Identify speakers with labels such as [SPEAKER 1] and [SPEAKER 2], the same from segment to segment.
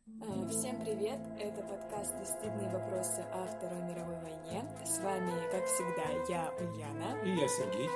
[SPEAKER 1] Всем привет! Это подкаст «Бесстыдные вопросы о Второй мировой войне». С вами, как всегда, я, Ульяна.
[SPEAKER 2] И я, Сергей.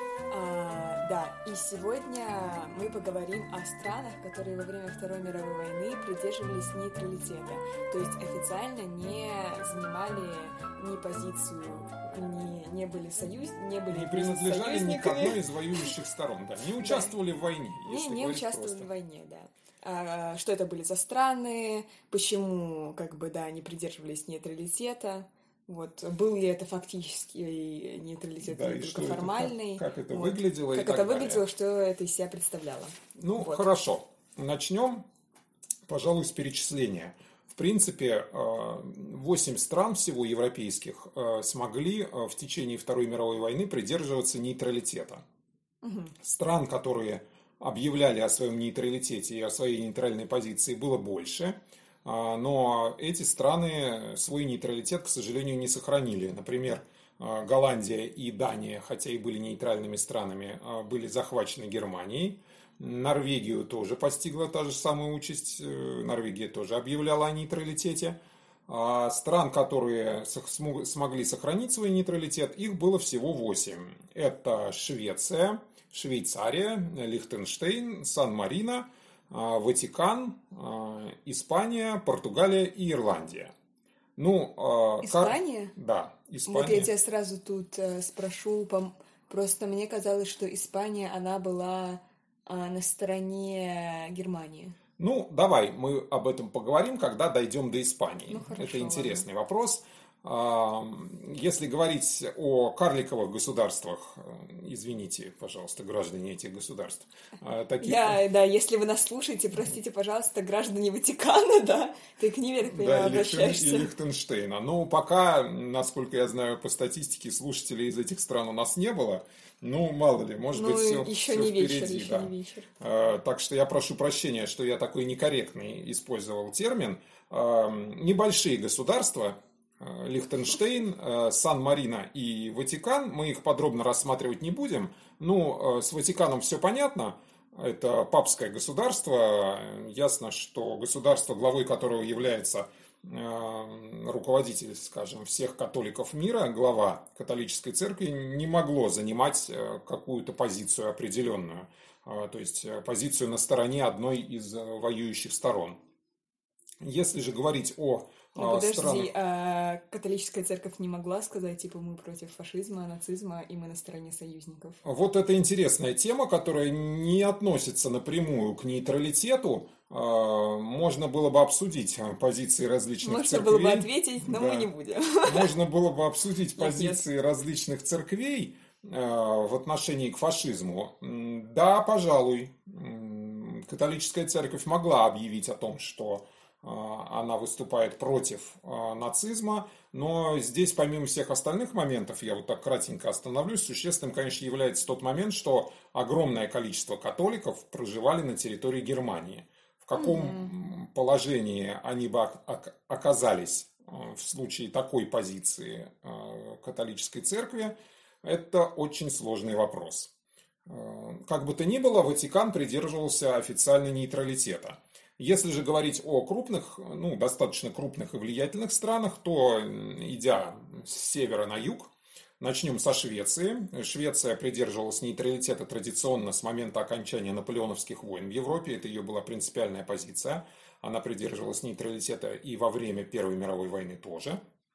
[SPEAKER 1] И сегодня мы поговорим о странах, которые во время Второй мировой войны придерживались нейтралитета. То есть официально не занимали ни позицию, не были
[SPEAKER 2] не принадлежали ни к одной из воюющих сторон, да, не участвовали в войне.
[SPEAKER 1] Не участвовали в войне, да. Что это были за страны, почему, не придерживались нейтралитета, был ли это фактический нейтралитет,
[SPEAKER 2] да,
[SPEAKER 1] или только формальный.
[SPEAKER 2] Как это выглядело
[SPEAKER 1] как это выглядело, что это из себя представляло.
[SPEAKER 2] Хорошо. Начнем, пожалуй, с перечисления. В принципе, 8 стран всего европейских смогли в течение Второй мировой войны придерживаться нейтралитета.
[SPEAKER 1] Угу.
[SPEAKER 2] Стран, которые объявляли о своем нейтралитете и о своей нейтральной позиции, было больше, но эти страны свой нейтралитет, к сожалению, не сохранили. Например, Голландия и Дания, хотя и были нейтральными странами, были захвачены Германией. Норвегию тоже постигла та же самая участь. Норвегия тоже объявляла о нейтралитете. Стран, которые смогли сохранить свой нейтралитет, их было всего 8. Это Швеция, Швейцария, Лихтенштейн, Сан-Марино, Ватикан, Испания, Португалия и Ирландия.
[SPEAKER 1] Испания?
[SPEAKER 2] Да, Испания.
[SPEAKER 1] Вот я тебя сразу тут спрошу, просто мне казалось, что Испания, она была на стороне Германии.
[SPEAKER 2] Давай мы об этом поговорим, когда дойдем до Испании.
[SPEAKER 1] Хорошо,
[SPEAKER 2] это интересный вопрос. Если говорить о карликовых государствах, извините, пожалуйста, граждане этих государств.
[SPEAKER 1] Если вы нас слушаете, простите, пожалуйста, граждане Ватикана, да, ты к ним, я так понимаю, обращаешься.
[SPEAKER 2] И Лихтенштейна. Пока, насколько я знаю по статистике, слушателей из этих стран у нас не было. Мало ли, может быть, все
[SPEAKER 1] не
[SPEAKER 2] впереди.
[SPEAKER 1] Еще не вечер.
[SPEAKER 2] Так что я прошу прощения, что я такой некорректный использовал термин. Небольшие государства, Лихтенштейн, Сан-Марино и Ватикан, мы их подробно рассматривать не будем. С Ватиканом все понятно. Это папское государство. Ясно, что государство, главой которого является руководитель, скажем, всех католиков мира, глава католической церкви, не могло занимать какую-то позицию определенную. То есть позицию на стороне одной из воюющих сторон. Если же говорить о
[SPEAKER 1] Подожди, католическая церковь не могла сказать, мы против фашизма, нацизма, и мы на стороне союзников?
[SPEAKER 2] Вот это интересная тема, которая не относится напрямую к нейтралитету. Можно было бы обсудить позиции различных церквей.
[SPEAKER 1] Можно было бы ответить, но мы не будем.
[SPEAKER 2] Можно было бы обсудить позиции различных церквей в отношении к фашизму. Да, пожалуй, католическая церковь могла объявить о том, что она выступает против нацизма, но здесь, помимо всех остальных моментов, я так кратенько остановлюсь, существенным, конечно, является тот момент, что огромное количество католиков проживали на территории Германии. В каком положении они бы оказались в случае такой позиции католической церкви, это очень сложный вопрос. Как бы то ни было, Ватикан придерживался официально нейтралитета. Если же говорить о крупных, достаточно крупных и влиятельных странах, то, идя с севера на юг, начнем со Швеции. Швеция придерживалась нейтралитета традиционно с момента окончания наполеоновских войн в Европе. Это ее была принципиальная позиция. Она придерживалась нейтралитета и во время Первой мировой войны тоже.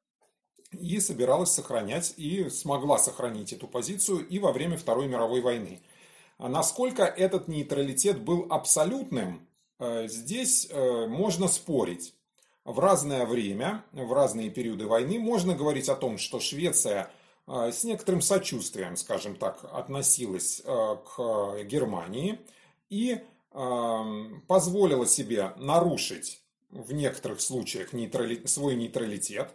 [SPEAKER 2] И собиралась сохранять, и смогла сохранить эту позицию и во время Второй мировой войны. Насколько этот нейтралитет был абсолютным, здесь можно спорить. В разное время, в разные периоды войны можно говорить о том, что Швеция с некоторым сочувствием, скажем так, относилась к Германии и позволила себе нарушить в некоторых случаях свой нейтралитет.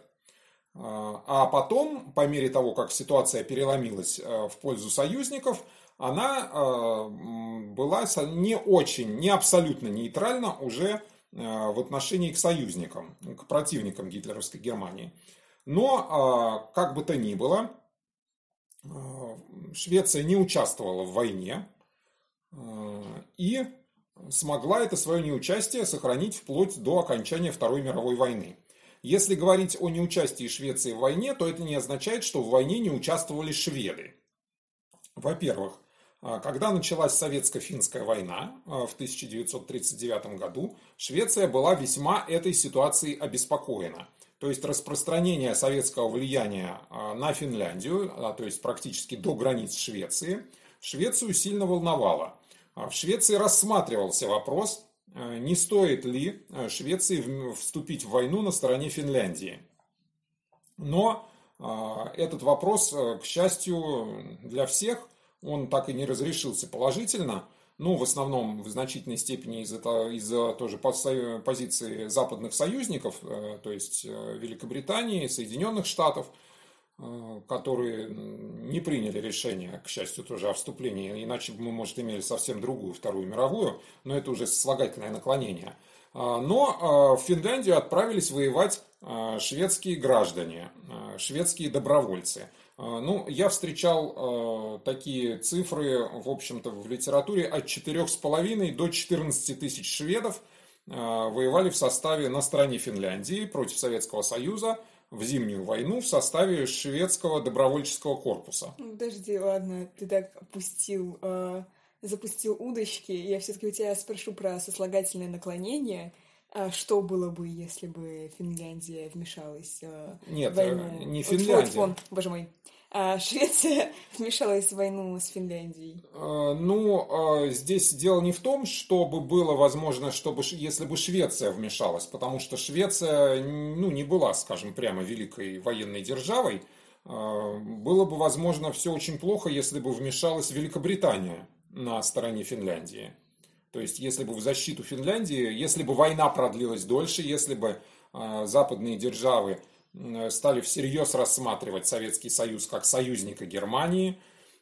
[SPEAKER 2] А потом, по мере того, как ситуация переломилась в пользу союзников, она была не абсолютно нейтральна уже в отношении к союзникам, к противникам гитлеровской Германии. Но, как бы то ни было, Швеция не участвовала в войне, и смогла это свое неучастие сохранить вплоть до окончания Второй мировой войны. Если говорить о неучастии Швеции в войне, то это не означает, что в войне не участвовали шведы. Во-первых, когда началась Советско-финская война в 1939 году, Швеция была весьма этой ситуацией обеспокоена. То есть распространение советского влияния на Финляндию, то есть практически до границ Швеции, Швецию сильно волновало. В Швеции рассматривался вопрос, не стоит ли Швеции вступить в войну на стороне Финляндии. Но этот вопрос, к счастью для всех, он так и не разрешился положительно. Ну, в основном, в значительной степени из-за тоже позиции западных союзников, то есть Великобритании, Соединенных Штатов, которые не приняли решение, к счастью, тоже о вступлении, иначе бы мы, может, имели совсем другую Вторую мировую, но это уже сослагательное наклонение. Но в Финляндию отправились воевать шведские граждане, шведские добровольцы. Ну, я встречал такие цифры, в общем-то, в литературе от 4,5 до 14 тысяч шведов воевали в составе на стороне Финляндии против Советского Союза в Зимнюю войну в составе шведского добровольческого корпуса.
[SPEAKER 1] Подожди, ладно, ты так запустил удочки. Я все-таки у тебя спрошу про сослагательное наклонение. Что было бы, если бы Финляндия вмешалась
[SPEAKER 2] Нет,
[SPEAKER 1] в войну?
[SPEAKER 2] не Финляндия.
[SPEAKER 1] Боже мой. Швеция вмешалась в войну с Финляндией.
[SPEAKER 2] Здесь дело не в том, чтобы было возможно, если бы Швеция вмешалась, потому что Швеция, не была, скажем, прямо великой военной державой. Было бы возможно все очень плохо, если бы вмешалась Великобритания на стороне Финляндии. То есть, если бы в защиту Финляндии, если бы война продлилась дольше, если бы западные державы стали всерьез рассматривать Советский Союз как союзника Германии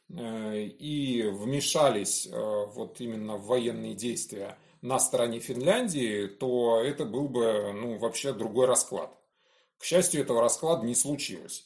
[SPEAKER 2] и вмешались вот именно в военные действия на стороне Финляндии, то это был бы вообще другой расклад. К счастью, этого расклада не случилось.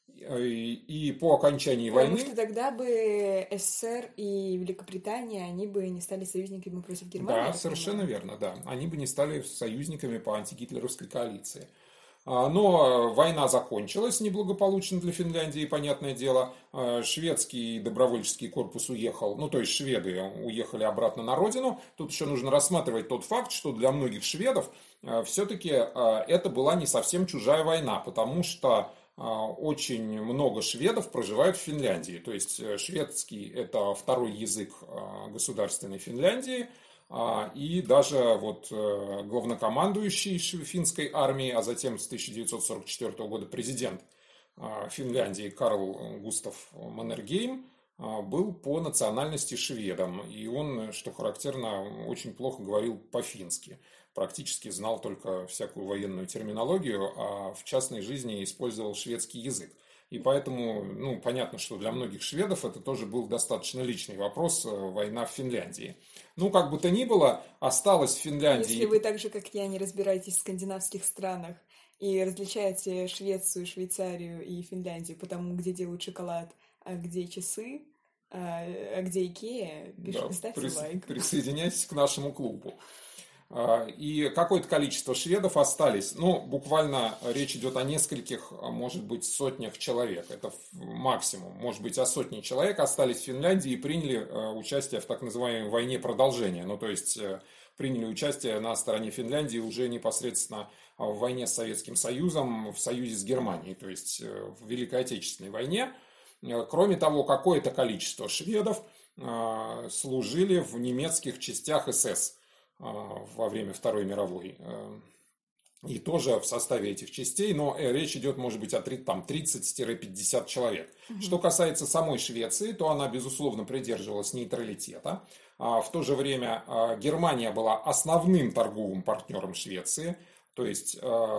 [SPEAKER 2] И по окончании войны...
[SPEAKER 1] Потому что тогда бы СССР и Великобритания, они бы не стали союзниками против Германии.
[SPEAKER 2] Да, совершенно верно, да. Они бы не стали союзниками по антигитлеровской коалиции. Но война закончилась неблагополучно для Финляндии, понятное дело. Шведский добровольческий корпус уехал, то есть шведы уехали обратно на родину. Тут еще нужно рассматривать тот факт, что для многих шведов все-таки это была не совсем чужая война, потому что очень много шведов проживают в Финляндии. То есть шведский – это второй язык государственной Финляндии. И даже главнокомандующий финской армии, а затем с 1944 года президент Финляндии Карл Густав Маннергейм был по национальности шведом. И он, что характерно, очень плохо говорил по-фински. Практически знал только всякую военную терминологию, а в частной жизни использовал шведский язык. И поэтому, понятно, что для многих шведов это тоже был достаточно личный вопрос, война в Финляндии. Как бы то ни было, осталось в Финляндии...
[SPEAKER 1] Если вы так же, как я, не разбираетесь в скандинавских странах и различаете Швецию, Швейцарию и Финляндию по тому, где делают шоколад, а где часы, а где Икея, ставьте лайк.
[SPEAKER 2] Присоединяйтесь к нашему клубу. И какое-то количество шведов остались. Буквально речь идет о нескольких, может быть, сотнях человек. Это максимум. Может быть, о сотне человек остались в Финляндии и приняли участие в так называемой войне продолжения. То есть, приняли участие на стороне Финляндии уже непосредственно в войне с Советским Союзом, в союзе с Германией, то есть в Великой Отечественной войне. Кроме того, какое-то количество шведов служили в немецких частях СС во время Второй мировой. И тоже в составе этих частей, но речь идет, может быть, о 30-50 человек. Что касается самой Швеции, то она, безусловно, придерживалась нейтралитета. В то же время Германия была основным торговым партнером Швеции. То есть,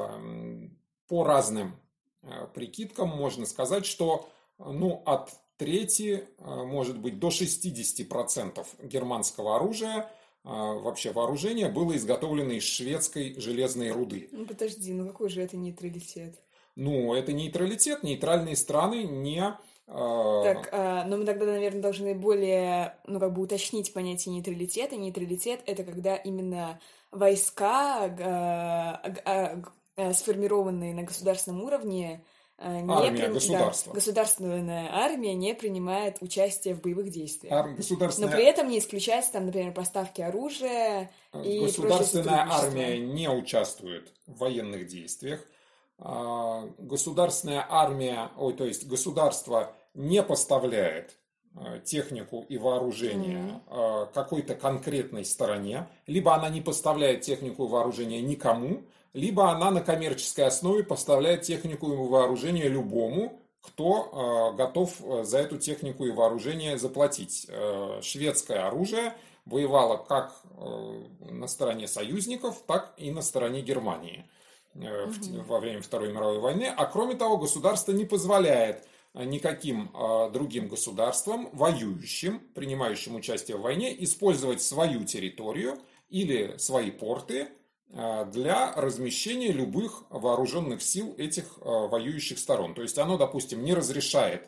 [SPEAKER 2] по разным прикидкам можно сказать, что от трети, может быть, до 60% германского оружия, вообще вооружение, было изготовлено из шведской железной руды.
[SPEAKER 1] Подожди, какой же это нейтралитет?
[SPEAKER 2] Это нейтралитет. Нейтральные страны не
[SPEAKER 1] Так, но мы тогда, наверное, должны более, уточнить понятие нейтралитета. Нейтралитет — это когда именно войска, сформированные на государственном уровне,
[SPEAKER 2] Армия, государство.
[SPEAKER 1] государственная армия не принимает участие в боевых действиях.
[SPEAKER 2] Государственная...
[SPEAKER 1] Но при этом не исключается, там, например, поставки оружия и
[SPEAKER 2] государственная армия не участвует в военных действиях. Государственная армия, то есть государство не поставляет технику и вооружение какой-то конкретной стороне, либо она не поставляет технику и вооружение никому, либо она на коммерческой основе поставляет технику и вооружение любому, кто готов за эту технику и вооружение заплатить. Шведское оружие воевало как на стороне союзников, так и на стороне Германии во время Второй мировой войны. А кроме того, государство не позволяет никаким другим государствам, воюющим, принимающим участие в войне, использовать свою территорию или свои порты для размещения любых вооруженных сил этих воюющих сторон. То есть оно, допустим, не разрешает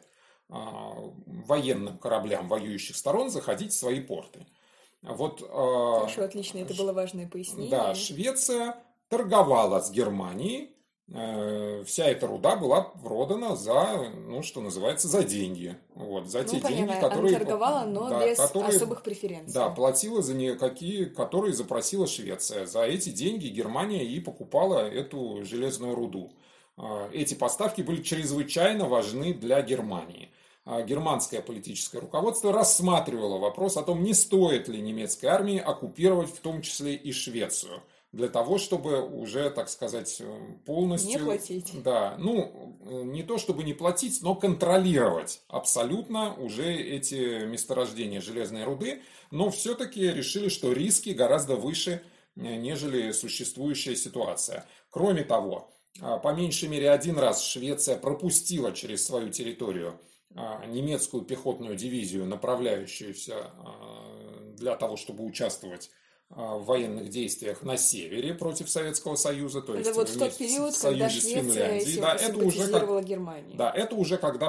[SPEAKER 2] военным кораблям воюющих сторон заходить в свои порты.
[SPEAKER 1] Хорошо, отлично, это было важное пояснение.
[SPEAKER 2] Да, Швеция торговала с Германией. Вся эта руда была продана за, что называется, за деньги. За те деньги, которые...
[SPEAKER 1] Она торговала, но без особых преференций.
[SPEAKER 2] Да, платила за никакие, которые запросила Швеция. За эти деньги Германия и покупала эту железную руду. Эти поставки были чрезвычайно важны для Германии. Германское политическое руководство рассматривало вопрос о том, не стоит ли немецкой армии оккупировать в том числе и Швецию. Для того, чтобы уже, так сказать, полностью...
[SPEAKER 1] Не платить.
[SPEAKER 2] Да, не то чтобы не платить, но контролировать абсолютно уже эти месторождения железной руды. Но все-таки решили, что риски гораздо выше, нежели существующая ситуация. Кроме того, по меньшей мере один раз Швеция пропустила через свою территорию немецкую пехотную дивизию, направляющуюся для того, чтобы участвовать в военных действиях на севере против Советского Союза, то есть
[SPEAKER 1] в тот период, когда Швеция симпатизировала Германии.
[SPEAKER 2] Да, это уже когда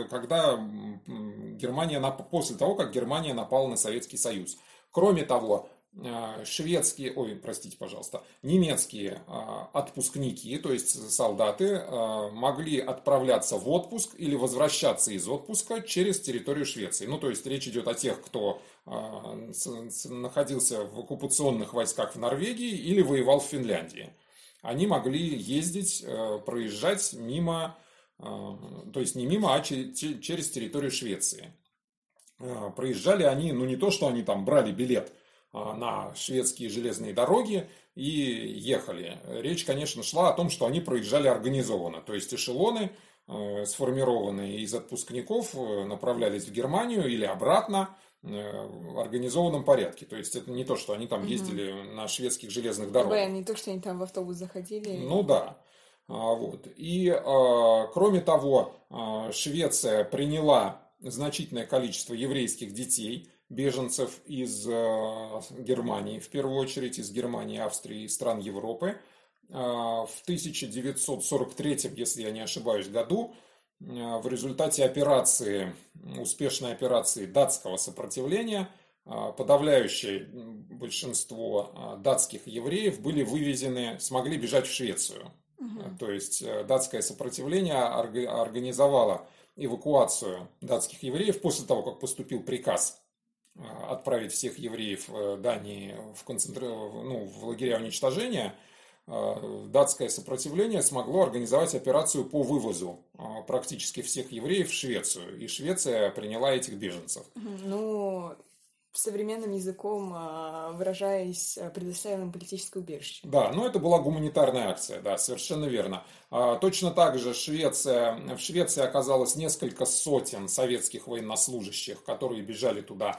[SPEAKER 2] Германия, после того, как Германия напала на Советский Союз. Кроме того, немецкие отпускники, то есть солдаты, могли отправляться в отпуск или возвращаться из отпуска через территорию Швеции. То есть речь идет о тех, кто находился в оккупационных войсках в Норвегии или воевал в Финляндии. Они могли ездить, проезжать мимо, то есть не мимо, а через территорию Швеции. Проезжали они, не то, что они там брали билет на шведские железные дороги и ехали. Речь, конечно, шла о том, что они проезжали организованно. То есть эшелоны, сформированные из отпускников, направлялись в Германию или обратно в организованном порядке. То есть это не то, что они там ездили на шведских железных дорогах.
[SPEAKER 1] Не то, что они там в автобус заходили.
[SPEAKER 2] Да. И кроме того, Швеция приняла значительное количество еврейских детей, беженцев из Германии, в первую очередь из Германии, Австрии и стран Европы. В 1943, если я не ошибаюсь, году в результате успешной операции датского сопротивления подавляющее большинство датских евреев смогли бежать в Швецию. То есть датское сопротивление организовало эвакуацию датских евреев после того, как поступил приказ отправить всех евреев Дании в лагеря уничтожения. Датское сопротивление смогло организовать операцию по вывозу практически всех евреев в Швецию. И Швеция приняла этих беженцев.
[SPEAKER 1] Современным языком выражаясь, предоставила им политическое убежище.
[SPEAKER 2] Да, это была гуманитарная акция, да, совершенно верно. Точно так же в Швеции оказалось несколько сотен советских военнослужащих, которые бежали туда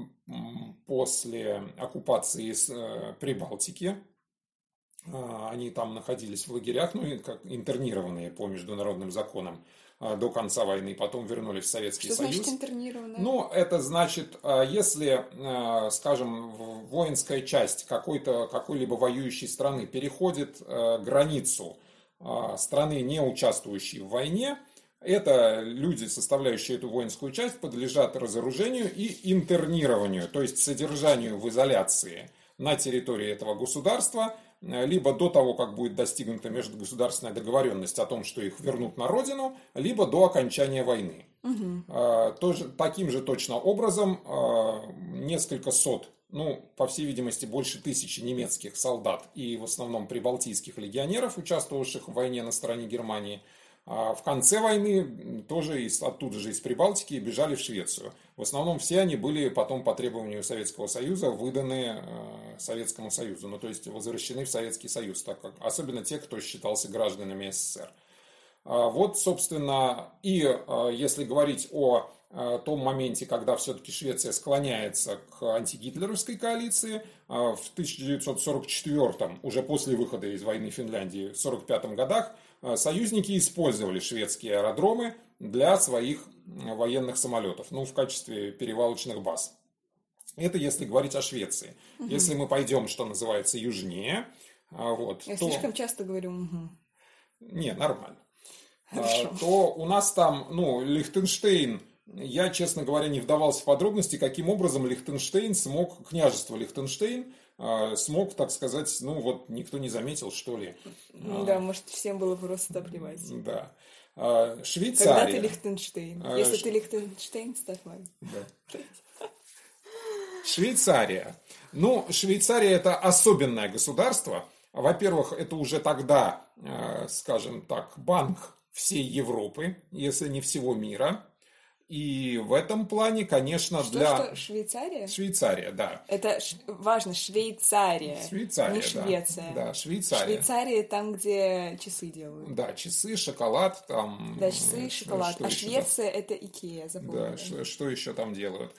[SPEAKER 2] после оккупации Прибалтики. Они там находились в лагерях, как интернированные по международным законам до конца войны, потом вернулись в Советский Союз.
[SPEAKER 1] Что значит интернированные?
[SPEAKER 2] Это значит, если, скажем, воинская часть какой-либо воюющей страны переходит границу страны, не участвующей в войне, Это люди, составляющие эту воинскую часть, подлежат разоружению и интернированию, то есть содержанию в изоляции на территории этого государства, либо до того, как будет достигнута межгосударственная договоренность о том, что их вернут на родину, либо до окончания войны. Тоже, таким же точно образом несколько сот, по всей видимости, больше 1000 немецких солдат и в основном прибалтийских легионеров, участвовавших в войне на стороне Германии, в конце войны тоже оттуда же из Прибалтики бежали в Швецию. В основном все они были потом по требованию Советского Союза выданы Советскому Союзу, то есть возвращены в Советский Союз, так как, особенно те, кто считался гражданами СССР. Вот, собственно, и если говорить о том моменте, когда все-таки Швеция склоняется к антигитлеровской коалиции, в 1944, уже после выхода из войны Финляндии, в 1945 годах, союзники использовали шведские аэродромы для своих военных самолетов, в качестве перевалочных баз. Это если говорить о Швеции. Если мы пойдем, что называется, южнее,
[SPEAKER 1] Я слишком часто говорю «угу».
[SPEAKER 2] Не, нормально.
[SPEAKER 1] Хорошо.
[SPEAKER 2] То у нас там, Лихтенштейн, я, честно говоря, не вдавался в подробности, каким образом Лихтенштейн смог, княжество Лихтенштейн смог, так сказать, никто не заметил, что ли.
[SPEAKER 1] Да, может, всем было просто плевать.
[SPEAKER 2] Да. Швейцария.
[SPEAKER 1] Когда ты Лихтенштейн. Если ты Лихтенштейн, ставь лайк.
[SPEAKER 2] Да. Швейцария. Швейцария это особенное государство. Во-первых, это уже тогда, скажем так, банк всей Европы, если не всего мира. И в этом плане, конечно,
[SPEAKER 1] Что, Швейцария?
[SPEAKER 2] Швейцария, да.
[SPEAKER 1] Это важно, Швейцария.
[SPEAKER 2] Швейцария,
[SPEAKER 1] не Швеция.
[SPEAKER 2] Да, Швейцария.
[SPEAKER 1] Швейцария там, где часы делают.
[SPEAKER 2] Да, часы, шоколад там.
[SPEAKER 1] Да, часы, шоколад. А Швеция это Икеа, запомнили.
[SPEAKER 2] Да, что еще там делают?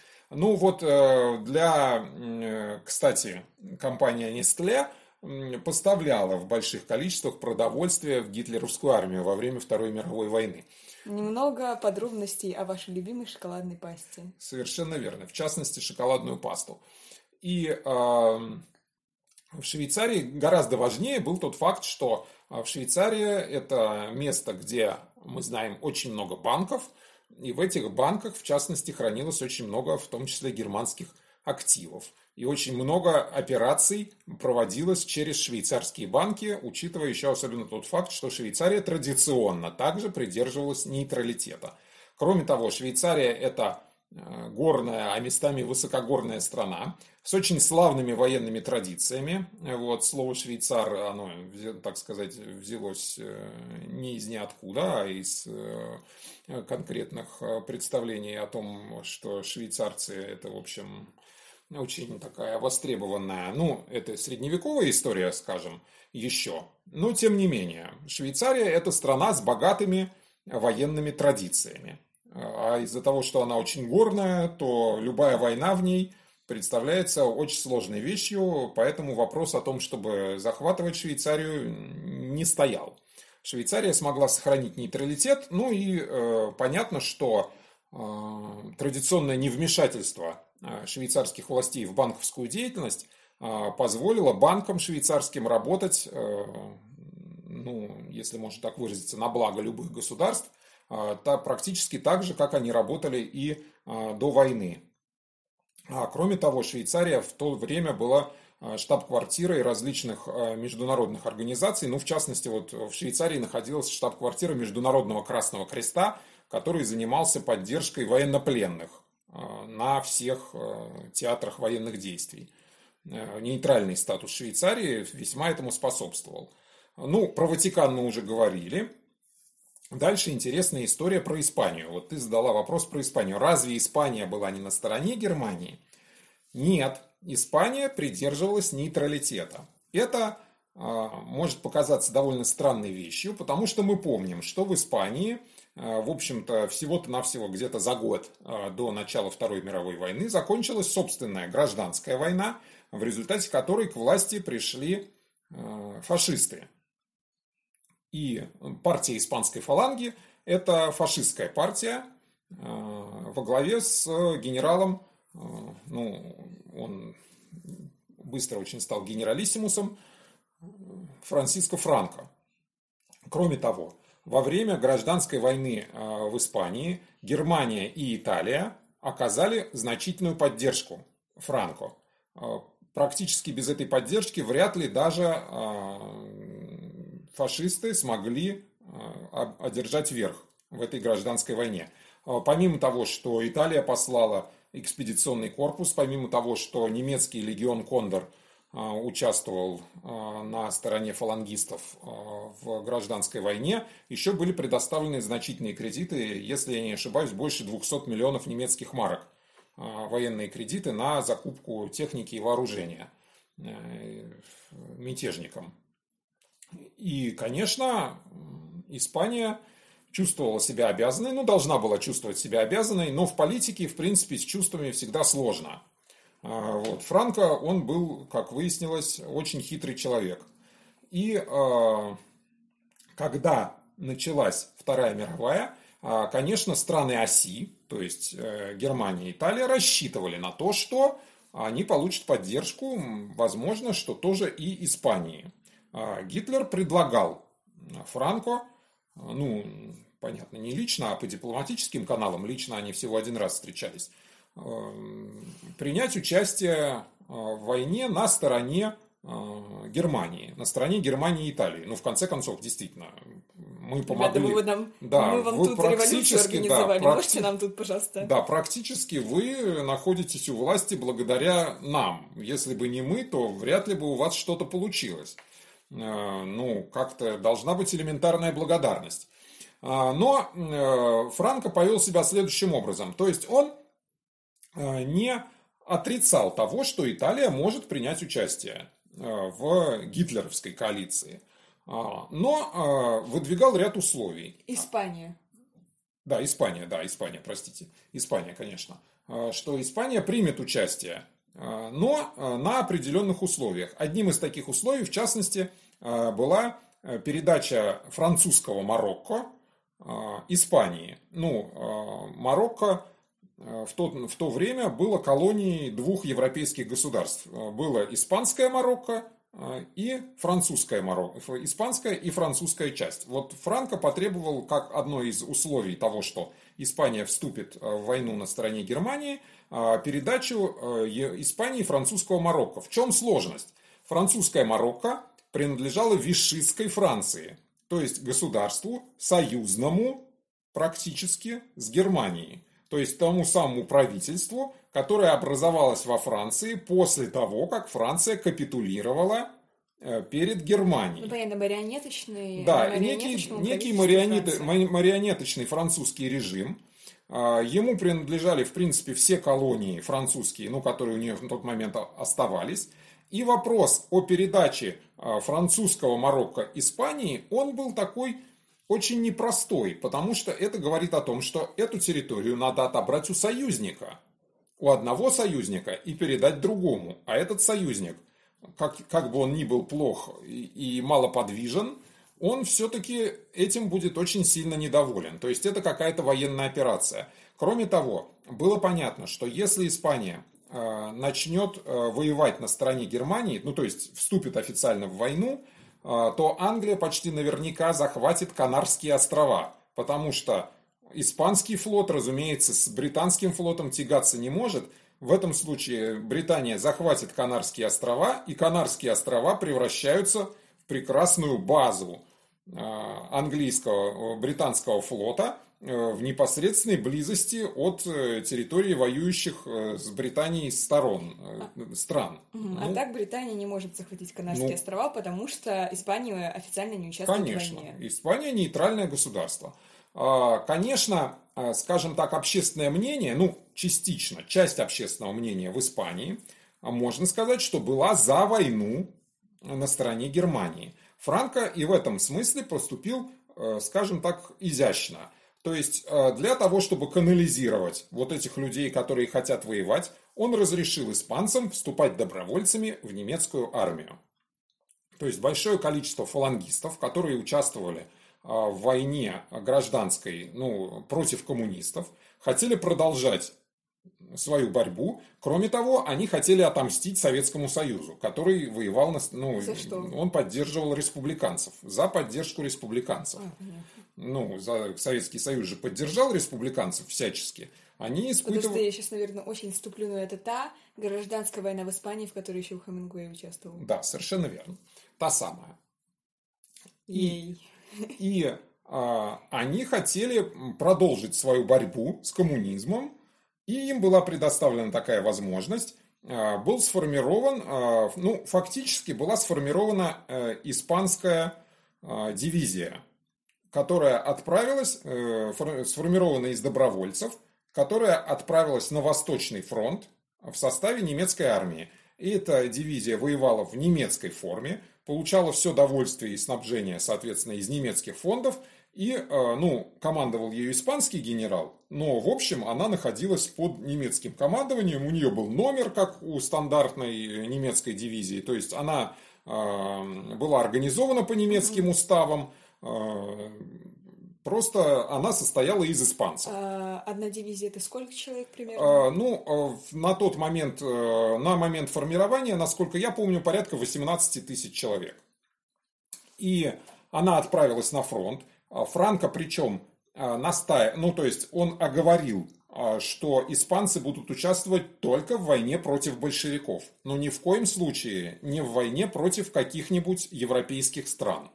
[SPEAKER 2] Кстати, компания Nestlé поставляла в больших количествах продовольствие в гитлеровскую армию во время Второй мировой войны.
[SPEAKER 1] Немного подробностей о вашей любимой шоколадной пасте.
[SPEAKER 2] Совершенно верно. В частности, шоколадную пасту. И в Швейцарии гораздо важнее был тот факт, что в Швейцарии это место, где, мы знаем, очень много банков. И в этих банках, в частности, хранилось очень много, в том числе, германских активов. И очень много операций проводилось через швейцарские банки, учитывая еще особенно тот факт, что Швейцария традиционно также придерживалась нейтралитета. Кроме того, Швейцария это горная, а местами высокогорная страна с очень славными военными традициями. Слово «швейцар», оно, так сказать, взялось не из ниоткуда, а из конкретных представлений о том, что швейцарцы это, в общем, очень такая востребованная, это средневековая история, скажем, еще. Но, тем не менее, Швейцария это страна с богатыми военными традициями. А из-за того, что она очень горная, то любая война в ней представляется очень сложной вещью, поэтому вопрос о том, чтобы захватывать Швейцарию, не стоял. Швейцария смогла сохранить нейтралитет, и понятно, что традиционное невмешательство швейцарских властей в банковскую деятельность позволило банкам швейцарским работать, если можно так выразиться, на благо любых государств, практически так же, как они работали и до войны. Кроме того, Швейцария в то время была штаб-квартирой различных международных организаций. В частности, в Швейцарии находилась штаб-квартира Международного Красного Креста, который занимался поддержкой военнопленных на всех театрах военных действий. Нейтральный статус Швейцарии весьма этому способствовал. Про Ватикан мы уже говорили. Дальше интересная история про Испанию. Ты задала вопрос про Испанию. Разве Испания была не на стороне Германии? Нет, Испания придерживалась нейтралитета. Это может показаться довольно странной вещью, потому что мы помним, что в Испании, в общем-то, всего-то навсего где-то за год до начала Второй мировой войны закончилась собственная гражданская война, в результате которой к власти пришли фашисты. И партия испанской фаланги – это фашистская партия во главе с генералом, он быстро очень стал генералиссимусом, Франсиско Франко. Кроме того, во время гражданской войны в Испании Германия и Италия оказали значительную поддержку Франко. Практически без этой поддержки вряд ли даже фашисты смогли одержать верх в этой гражданской войне. Помимо того, что Италия послала экспедиционный корпус, помимо того, что немецкий легион Кондор участвовал на стороне фалангистов в гражданской войне, еще были предоставлены значительные кредиты, если я не ошибаюсь, больше 200 миллионов немецких марок. Военные кредиты на закупку техники и вооружения мятежникам. И, конечно, Испания чувствовала себя обязанной, должна была чувствовать себя обязанной, но в политике, в принципе, с чувствами всегда сложно. Франко, он был, как выяснилось, очень хитрый человек. И когда началась Вторая мировая, конечно, страны оси, то есть Германия и Италия, рассчитывали на то, что они получат поддержку, возможно, что тоже и Испании. Гитлер предлагал Франко, понятно, не лично, а по дипломатическим каналам, лично они всего один раз встречались, принять участие в войне на стороне Германии, на стороне Германии и Италии. В конце концов, действительно, мы помогли.
[SPEAKER 1] Ребята, мы вам тут революцию организовали, можете нам тут, пожалуйста? Да,
[SPEAKER 2] практически вы находитесь у власти благодаря нам. Если бы не мы, то вряд ли бы у вас что-то получилось. Как-то должна быть элементарная благодарность. Но Франко повел себя следующим образом. То есть он не отрицал того, что Италия может принять участие в гитлеровской коалиции, но выдвигал ряд условий.
[SPEAKER 1] Испания,
[SPEAKER 2] конечно. Что Испания примет участие, но на определенных условиях. Одним из таких условий, в частности, была передача французского Марокко Испании. Марокко в то время было колонией двух европейских государств. Было испанское Марокко и французское Марокко. Испанская и французская часть. Франко потребовал, как одно из условий того, что Испания вступит в войну на стороне Германии, передачу Испании французского Марокко. В чем сложность? Французское Марокко принадлежало Вишистской Франции, то есть государству союзному практически с Германией. То есть тому самому правительству, которое образовалось во Франции после того, как Франция капитулировала перед Германией.
[SPEAKER 1] Понятно, марионеточный.
[SPEAKER 2] Да, некий марионеточный французский режим. Ему принадлежали, в принципе, все колонии французские, которые у нее в тот момент оставались. И вопрос о передаче французского Марокко Испании, он был такой очень непростой, потому что это говорит о том, что эту территорию надо отобрать у союзника, у одного союзника и передать другому. А этот союзник, как бы он ни был плох и малоподвижен, он все-таки этим будет очень сильно недоволен. То есть это какая-то военная операция. Кроме того, было понятно, что если Испания начнет воевать на стороне Германии, то есть вступит официально в войну, то Англия почти наверняка захватит Канарские острова, потому что испанский флот, разумеется, с британским флотом тягаться не может. В этом случае Британия захватит Канарские острова, и Канарские острова превращаются в прекрасную базу английского, британского флота в непосредственной близости от территории воюющих с Британией стран.
[SPEAKER 1] Так Британия не может захватить Канарские острова, потому что Испания официально не участвует в войне.
[SPEAKER 2] Конечно, Испания нейтральное государство. Конечно, скажем так, общественное мнение, частично, часть общественного мнения в Испании, можно сказать, что была за войну на стороне Германии. Франко и в этом смысле поступил, скажем так, изящно. То есть для того, чтобы канализировать этих людей, которые хотят воевать, он разрешил испанцам вступать добровольцами в немецкую армию. То есть большое количество фалангистов, которые участвовали в войне гражданской против коммунистов, хотели продолжать свою борьбу. Кроме того, они хотели отомстить Советскому Союзу, который воевал,
[SPEAKER 1] За что?
[SPEAKER 2] Он поддерживал республиканцев, за поддержку республиканцев. Советский Союз же поддержал республиканцев всячески, они испытывали...
[SPEAKER 1] Потому что я сейчас, наверное, очень вступлю, но это та гражданская война в Испании, в которой еще Хемингуэй участвовал.
[SPEAKER 2] Да, совершенно верно. Та самая.
[SPEAKER 1] И
[SPEAKER 2] они хотели продолжить свою борьбу с коммунизмом, и им была предоставлена такая возможность. Был сформирован, фактически была сформирована испанская дивизия, которая отправилась, сформирована из добровольцев, которая отправилась на Восточный фронт в составе немецкой армии. И эта дивизия воевала в немецкой форме, получала все довольствие и снабжение, соответственно, из немецких фондов, и, командовал ею испанский генерал, но, в общем, она находилась под немецким командованием, у нее был номер, как у стандартной немецкой дивизии, то есть она была организована по немецким уставам, просто она состояла из испанцев.
[SPEAKER 1] Одна дивизия — это сколько человек примерно?
[SPEAKER 2] На тот момент, на момент формирования, насколько я помню, порядка 18 тысяч человек. И она отправилась на фронт. Франко, причем, он оговорил, что испанцы будут участвовать только в войне против большевиков, но ни в коем случае не в войне против каких-нибудь европейских стран.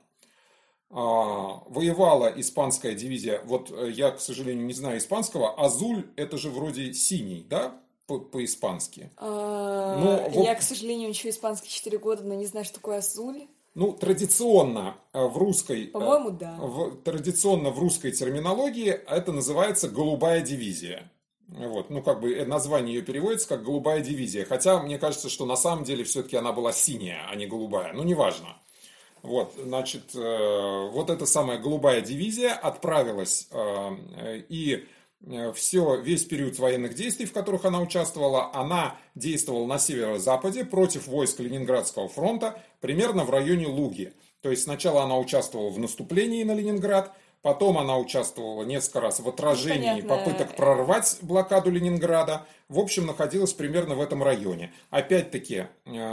[SPEAKER 2] Воевала испанская дивизия, я, к сожалению, не знаю испанского, азуль — это же вроде синий, да, по-испански?
[SPEAKER 1] Я, к сожалению, учу испанский 4 года, но не знаю, что такое азуль.
[SPEAKER 2] Традиционно в русской...
[SPEAKER 1] По-моему, да.
[SPEAKER 2] Традиционно в русской терминологии это называется голубая дивизия. Название ее переводится как голубая дивизия. Хотя, мне кажется, что на самом деле все-таки она была синяя, а не голубая. Неважно. Эта самая голубая дивизия отправилась, и весь период военных действий, в которых она участвовала, она действовала на северо-западе против войск Ленинградского фронта, примерно в районе Луги. То есть сначала она участвовала в наступлении на Ленинград, потом она участвовала несколько раз в отражении попыток прорвать блокаду Ленинграда. В общем, находилась примерно в этом районе. Опять-таки,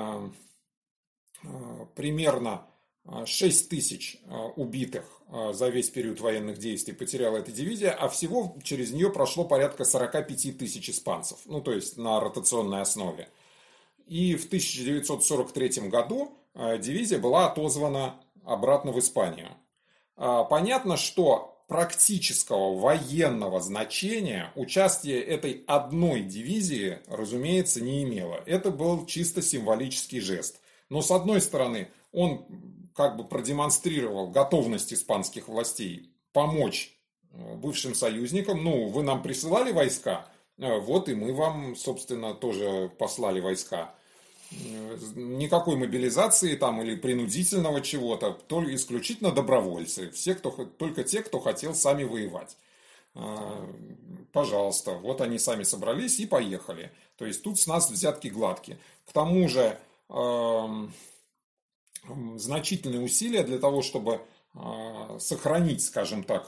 [SPEAKER 2] примерно 6 тысяч убитых за весь период военных действий потеряла эта дивизия, а всего через нее прошло порядка 45 тысяч испанцев, то есть на ротационной основе. И в 1943 году дивизия была отозвана обратно в Испанию. Понятно, что практического военного значения участие этой одной дивизии, разумеется, не имело. Это был чисто символический жест. Но с одной стороны, он продемонстрировал готовность испанских властей помочь бывшим союзникам. Вы нам присылали войска, и мы вам, собственно, тоже послали войска. Никакой мобилизации или принудительного чего-то, только исключительно добровольцы. Только те, кто хотел сами воевать. Пожалуйста, они сами собрались и поехали. То есть тут с нас взятки гладкие. К тому же значительные усилия для того, чтобы сохранить, скажем так,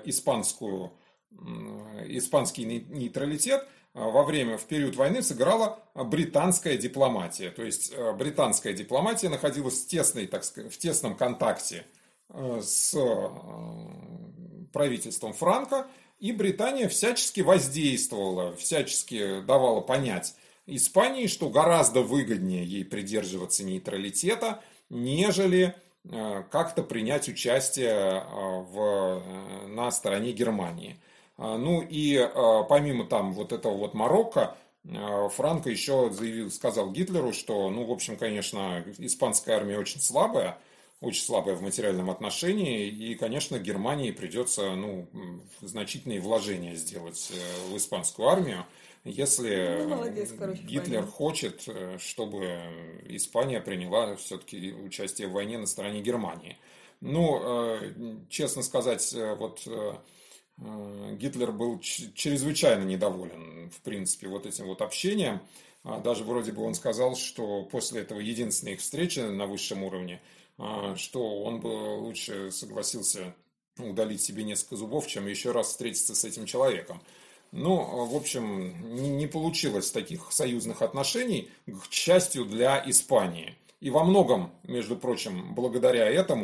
[SPEAKER 2] испанский нейтралитет в период войны сыграла британская дипломатия. То есть британская дипломатия находилась в тесном контакте с правительством Франко, и Британия всячески воздействовала, всячески давала понять Испании, что гораздо выгоднее ей придерживаться нейтралитета, нежели как-то принять участие на стороне Германии. Помимо этого Марокко, Франко еще сказал Гитлеру, что, в общем, конечно, испанская армия очень слабая в материальном отношении, и, конечно, Германии придется значительные вложения сделать в испанскую армию, если Гитлер хочет, чтобы Испания приняла все-таки участие в войне на стороне Германии. Честно сказать, Гитлер был чрезвычайно недоволен, в принципе, этим общением. Даже вроде бы он сказал, что после этого единственной их встречи на высшем уровне, что он бы лучше согласился удалить себе несколько зубов, чем еще раз встретиться с этим человеком. В общем, не получилось таких союзных отношений, к счастью, для Испании. И во многом, между прочим, благодаря этому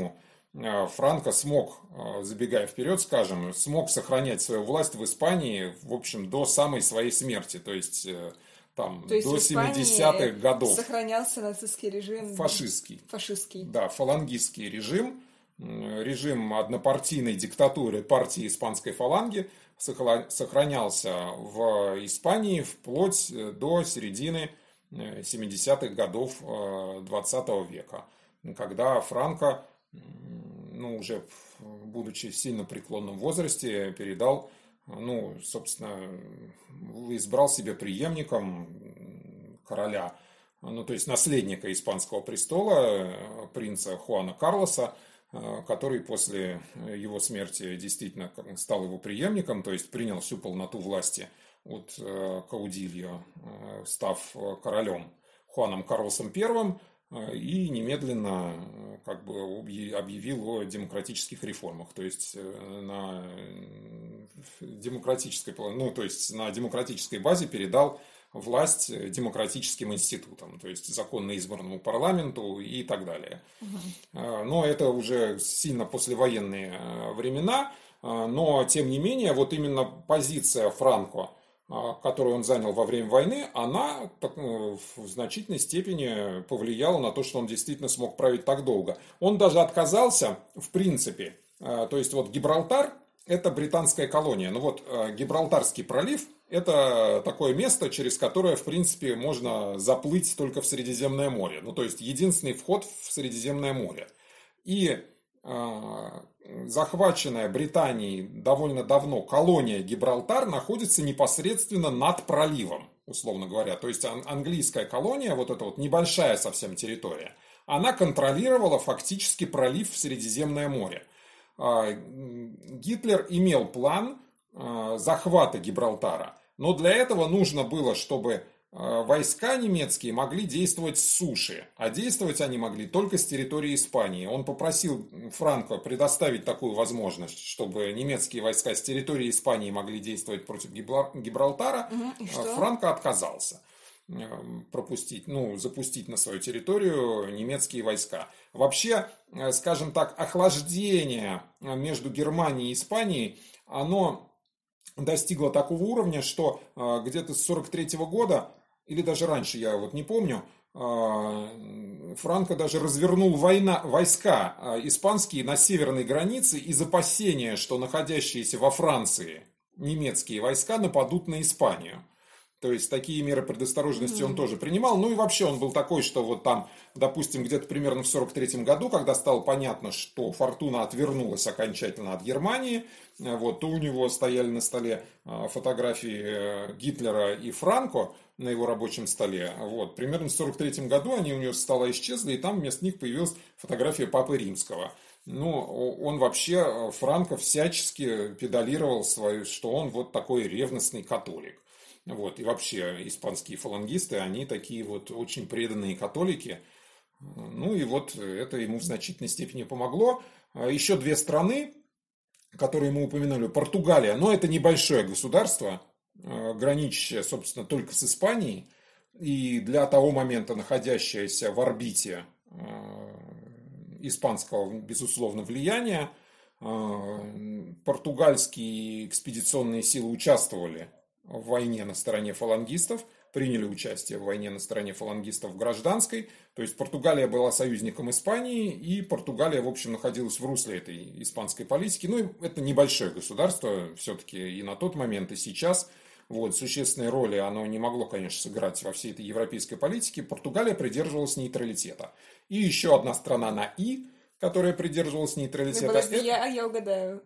[SPEAKER 2] Франко смог, забегая вперед, скажем, смог сохранять свою власть в Испании, в общем, до самой своей смерти, то есть там
[SPEAKER 1] То есть
[SPEAKER 2] до
[SPEAKER 1] в Испании
[SPEAKER 2] 70-х годов.
[SPEAKER 1] сохранялся нацистский режим.
[SPEAKER 2] Фашистский.
[SPEAKER 1] Фашистский.
[SPEAKER 2] Да, фалангистский режим, режим однопартийной диктатуры партии испанской фаланги сохранялся в Испании вплоть до середины 70-х годов 20 века, когда Франко, ну, уже будучи в сильно преклонном возрасте, передал, ну, собственно, избрал себе преемником короля, ну, то есть наследника испанского престола, принца Хуана Карлоса, который после его смерти действительно стал его преемником, то есть принял всю полноту власти от Каудильо, став королем Хуаном Карлосом I, и немедленно как бы объявил о демократических реформах, то есть на демократической, ну, то есть на демократической базе передал власть демократическим институтам, то есть законно избранному парламенту и так далее. Но это уже сильно послевоенные времена, но тем не менее вот именно позиция Франко, которую он занял во время войны, она в значительной степени повлияла на то, что он действительно смог править так долго. Он даже отказался, в принципе, то есть вот Гибралтар – это британская колония. Ну вот Гибралтарский пролив – это такое место, через которое, в принципе, можно заплыть только в Средиземное море. Ну то есть единственный вход в Средиземное море. И захваченная Британией довольно давно колония Гибралтар находится непосредственно над проливом, условно говоря. То есть английская колония, вот эта вот небольшая совсем территория, она контролировала фактически пролив в Средиземное море. Гитлер имел план захвата Гибралтара, но для этого нужно было, чтобы войска немецкие могли действовать с суши, а действовать они могли только с территории Испании. Он попросил Франко предоставить такую возможность, чтобы немецкие войска с территории Испании могли действовать против Гибралтара. Франко отказался пропустить, ну, запустить на свою территорию немецкие войска. Вообще, скажем так, охлаждение между Германией и Испанией, оно достигло такого уровня, что где-то с 1943 года, или даже раньше, я вот не помню, Франко даже развернул войска испанские на северной границе из опасения, что находящиеся во Франции немецкие войска нападут на Испанию. То есть такие меры предосторожности он тоже принимал. Ну и вообще он был такой, что вот там, допустим, где-то примерно в 1943 году, когда стало понятно, что фортуна отвернулась окончательно от Германии, вот, то у него стояли на столе фотографии Гитлера и Франко на его рабочем столе. Вот. Примерно в 1943 году они у него со стола исчезли, и там вместо них появилась фотография Папы Римского. Ну, он вообще, Франко, всячески педалировал свою, что он вот такой ревностный католик. Вот, и вообще испанские фалангисты, они такие вот очень преданные католики. Ну и вот это ему в значительной степени помогло. Еще две страны, которые мы упомянули. Португалия, но это небольшое государство, граничащее, собственно, только с Испанией. И для того момента находящееся в орбите испанского, безусловно, влияния. Португальские экспедиционные силы участвовали в войне на стороне фалангистов, приняли участие в войне на стороне фалангистов гражданской. То есть Португалия была союзником Испании, и Португалия, в общем, находилась в русле этой испанской политики. Ну, это небольшое государство, все-таки и на тот момент, и сейчас. Вот, существенной роли оно не могло, конечно, сыграть во всей этой европейской политике. Португалия придерживалась нейтралитета. И еще одна страна на «и», которая придерживалась нейтралитета.
[SPEAKER 1] Подожди, я угадаю.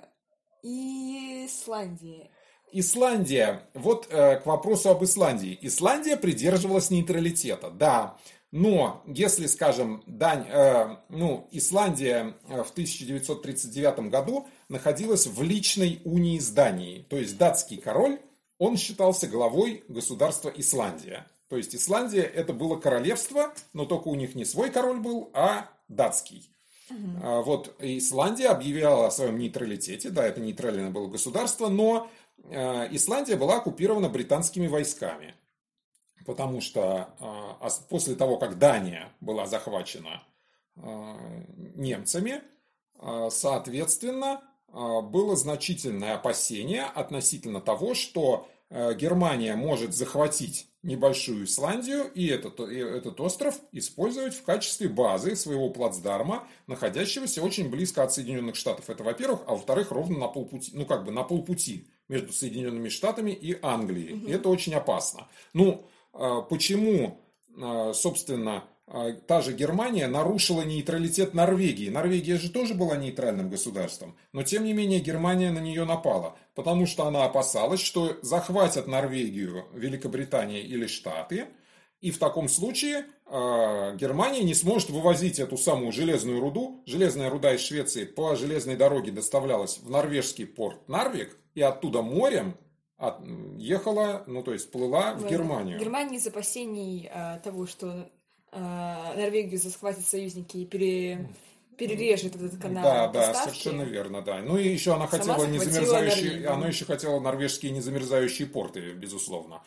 [SPEAKER 1] Исландия.
[SPEAKER 2] Исландия. Вот к вопросу об Исландии. Исландия придерживалась нейтралитета, да. Но если, скажем, Исландия в 1939 году находилась в личной унии с Данией. То есть датский король, он считался главой государства Исландия. То есть Исландия это было королевство, но только у них не свой король был, а датский. Вот Исландия объявляла о своем нейтралитете, да, это нейтральное было государство, но Исландия была оккупирована британскими войсками, потому что после того, как Дания была захвачена немцами, Соответственно, было значительное опасение относительно того, что Германия может захватить небольшую Исландию и этот остров использовать в качестве базы своего плацдарма, находящегося очень близко от Соединенных Штатов. Это, во-первых, а во-вторых, ровно на полпути, на полпути между Соединенными Штатами и Англией. И это очень опасно. Почему, собственно, та же Германия нарушила нейтралитет Норвегии? Норвегия же тоже была нейтральным государством, но тем не менее Германия на нее напала, потому что она опасалась, что захватят Норвегию Великобритания или Штаты, и в таком случае Германия не сможет вывозить эту самую железную руду. Железная руда из Швеции по железной дороге доставлялась в норвежский порт Нарвик, и оттуда морем ехала, то есть плыла в Германию.
[SPEAKER 1] Германия из опасений того, что Норвегию захватят союзники и перережет этот канал поставки.
[SPEAKER 2] Да, совершенно верно, да. И еще она хотела норвежские незамерзающие порты, безусловно.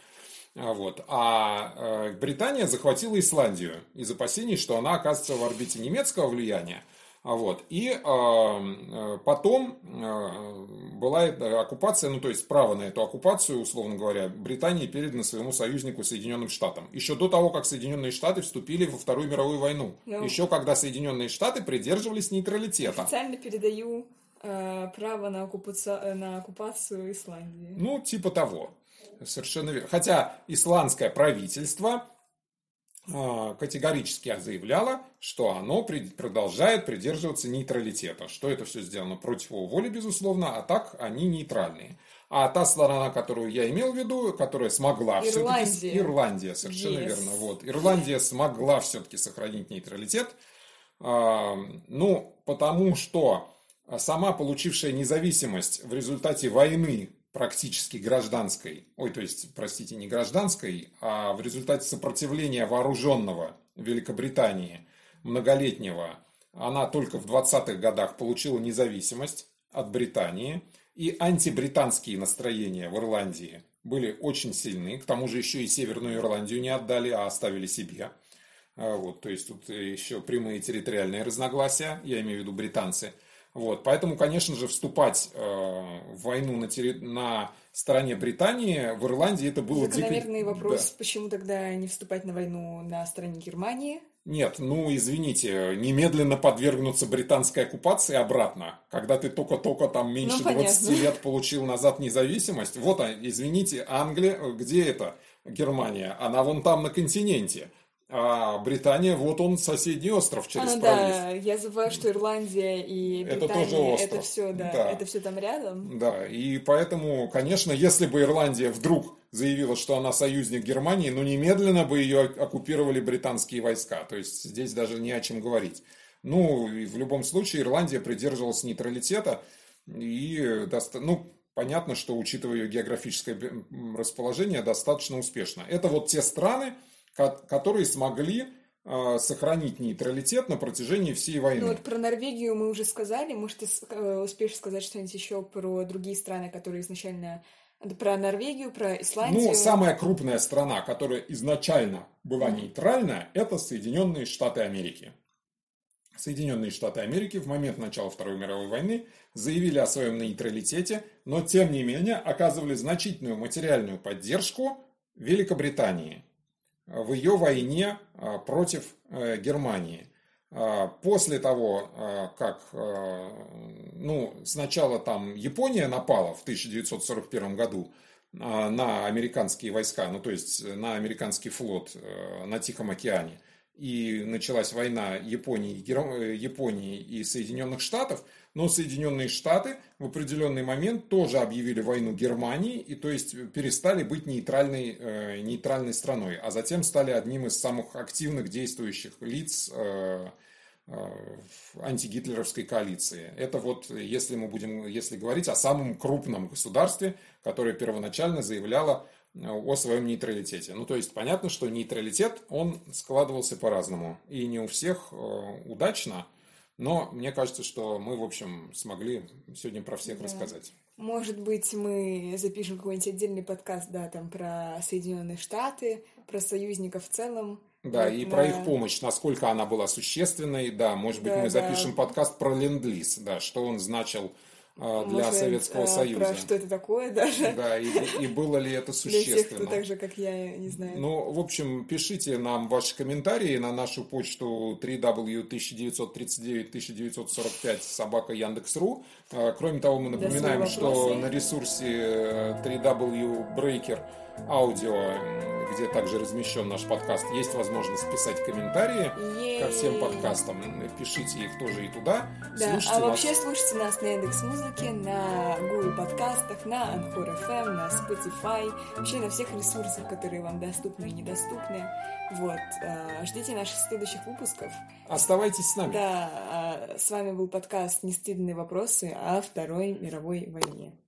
[SPEAKER 2] А Британия захватила Исландию из опасений, что она окажется в орбите немецкого влияния. И потом была оккупация, то есть право на эту оккупацию, условно говоря, Британии передано своему союзнику Соединенным Штатам. Еще до того, как Соединенные Штаты вступили во Вторую мировую войну. Еще когда Соединенные Штаты придерживались нейтралитета.
[SPEAKER 1] Официально передаю право на оккупацию Исландии.
[SPEAKER 2] Типа того. Совершенно верно. Хотя исландское правительство категорически заявляло, что оно продолжает придерживаться нейтралитета, что это все сделано против его воли, безусловно, а так они нейтральные. А та страна, которую я имел в виду, которая смогла все-таки... Ирландия, совершенно верно. Ирландия смогла все-таки сохранить нейтралитет, потому что сама получившая независимость в результате войны, практически гражданской, не гражданской, а в результате сопротивления вооруженного Великобритании, многолетнего, она только в 20-х годах получила независимость от Британии, и антибританские настроения в Ирландии были очень сильны, к тому же еще и Северную Ирландию не отдали, а оставили себе. То есть тут еще прямые территориальные разногласия, я имею в виду британцы. Поэтому, конечно же, вступать в войну на стороне Британии в Ирландии это было...
[SPEAKER 1] Закономерный вопрос, почему тогда не вступать на войну на стороне Германии?
[SPEAKER 2] Нет, извините, немедленно подвергнуться британской оккупации обратно, когда ты только-только там меньше 20 лет получил назад независимость. Извините, Англия, где это Германия? Она вон там на континенте. А Британия, он соседний остров через пролив.
[SPEAKER 1] Да, я забываю, что Ирландия и Британия,
[SPEAKER 2] это тоже остров.
[SPEAKER 1] Это все, это все там рядом.
[SPEAKER 2] Да, и поэтому, конечно, если бы Ирландия вдруг заявила, что она союзник Германии, немедленно бы ее оккупировали британские войска. То есть здесь даже не о чем говорить. И в любом случае Ирландия придерживалась нейтралитета, и понятно, что, учитывая ее географическое расположение, достаточно успешно. Это те страны, которые смогли сохранить нейтралитет на протяжении всей войны.
[SPEAKER 1] Про Норвегию мы уже сказали. Может, ты успеешь сказать что-нибудь еще про другие страны, которые изначально... Про Норвегию, про Исландию?
[SPEAKER 2] Самая крупная страна, которая изначально была нейтральна, это Соединенные Штаты Америки. Соединенные Штаты Америки в момент начала Второй мировой войны заявили о своем нейтралитете, но тем не менее оказывали значительную материальную поддержку Великобритании в ее войне против Германии. После того, как сначала там Япония напала в 1941 году на американские войска, то есть на американский флот на Тихом океане, и началась война Японии и Соединенных Штатов, но Соединенные Штаты в определенный момент тоже объявили войну Германии, и то есть перестали быть нейтральной страной, а затем стали одним из самых активных действующих лиц антигитлеровской коалиции. Это если говорить о самом крупном государстве, которое первоначально заявляло о своем нейтралитете. То есть понятно, что нейтралитет, он складывался по-разному. И не у всех удачно, но мне кажется, что мы, в общем, смогли сегодня про всех рассказать.
[SPEAKER 1] Может быть, мы запишем какой-нибудь отдельный подкаст, про Соединенные Штаты, про союзников в целом.
[SPEAKER 2] Да,
[SPEAKER 1] Вот
[SPEAKER 2] и про их помощь, насколько она была существенной. Да, может быть, мы запишем подкаст про Ленд-лиз, да, что он значил для Советского Союза.
[SPEAKER 1] Про что это такое даже.
[SPEAKER 2] Да, и было ли это существенно.
[SPEAKER 1] Для тех, кто так же, как я, не знаю.
[SPEAKER 2] Ну, в общем, пишите нам ваши комментарии на нашу почту www.1939-1945 @Яндекс.ру. Кроме того, мы напоминаем, что на ресурсе www.breaker Audio, где также размещен наш подкаст, есть возможность писать комментарии ко всем подкастам. Пишите их тоже и туда.
[SPEAKER 1] Да, слушайте вообще слушайте нас на Яндекс.Музыке, на Google подкастах, на Anchor FM, на Spotify, вообще на всех ресурсах, которые вам доступны и недоступны. Вот, ждите наших следующих выпусков.
[SPEAKER 2] Оставайтесь с нами.
[SPEAKER 1] Да, с вами был подкаст «Нестыдные вопросы» о Второй мировой войне.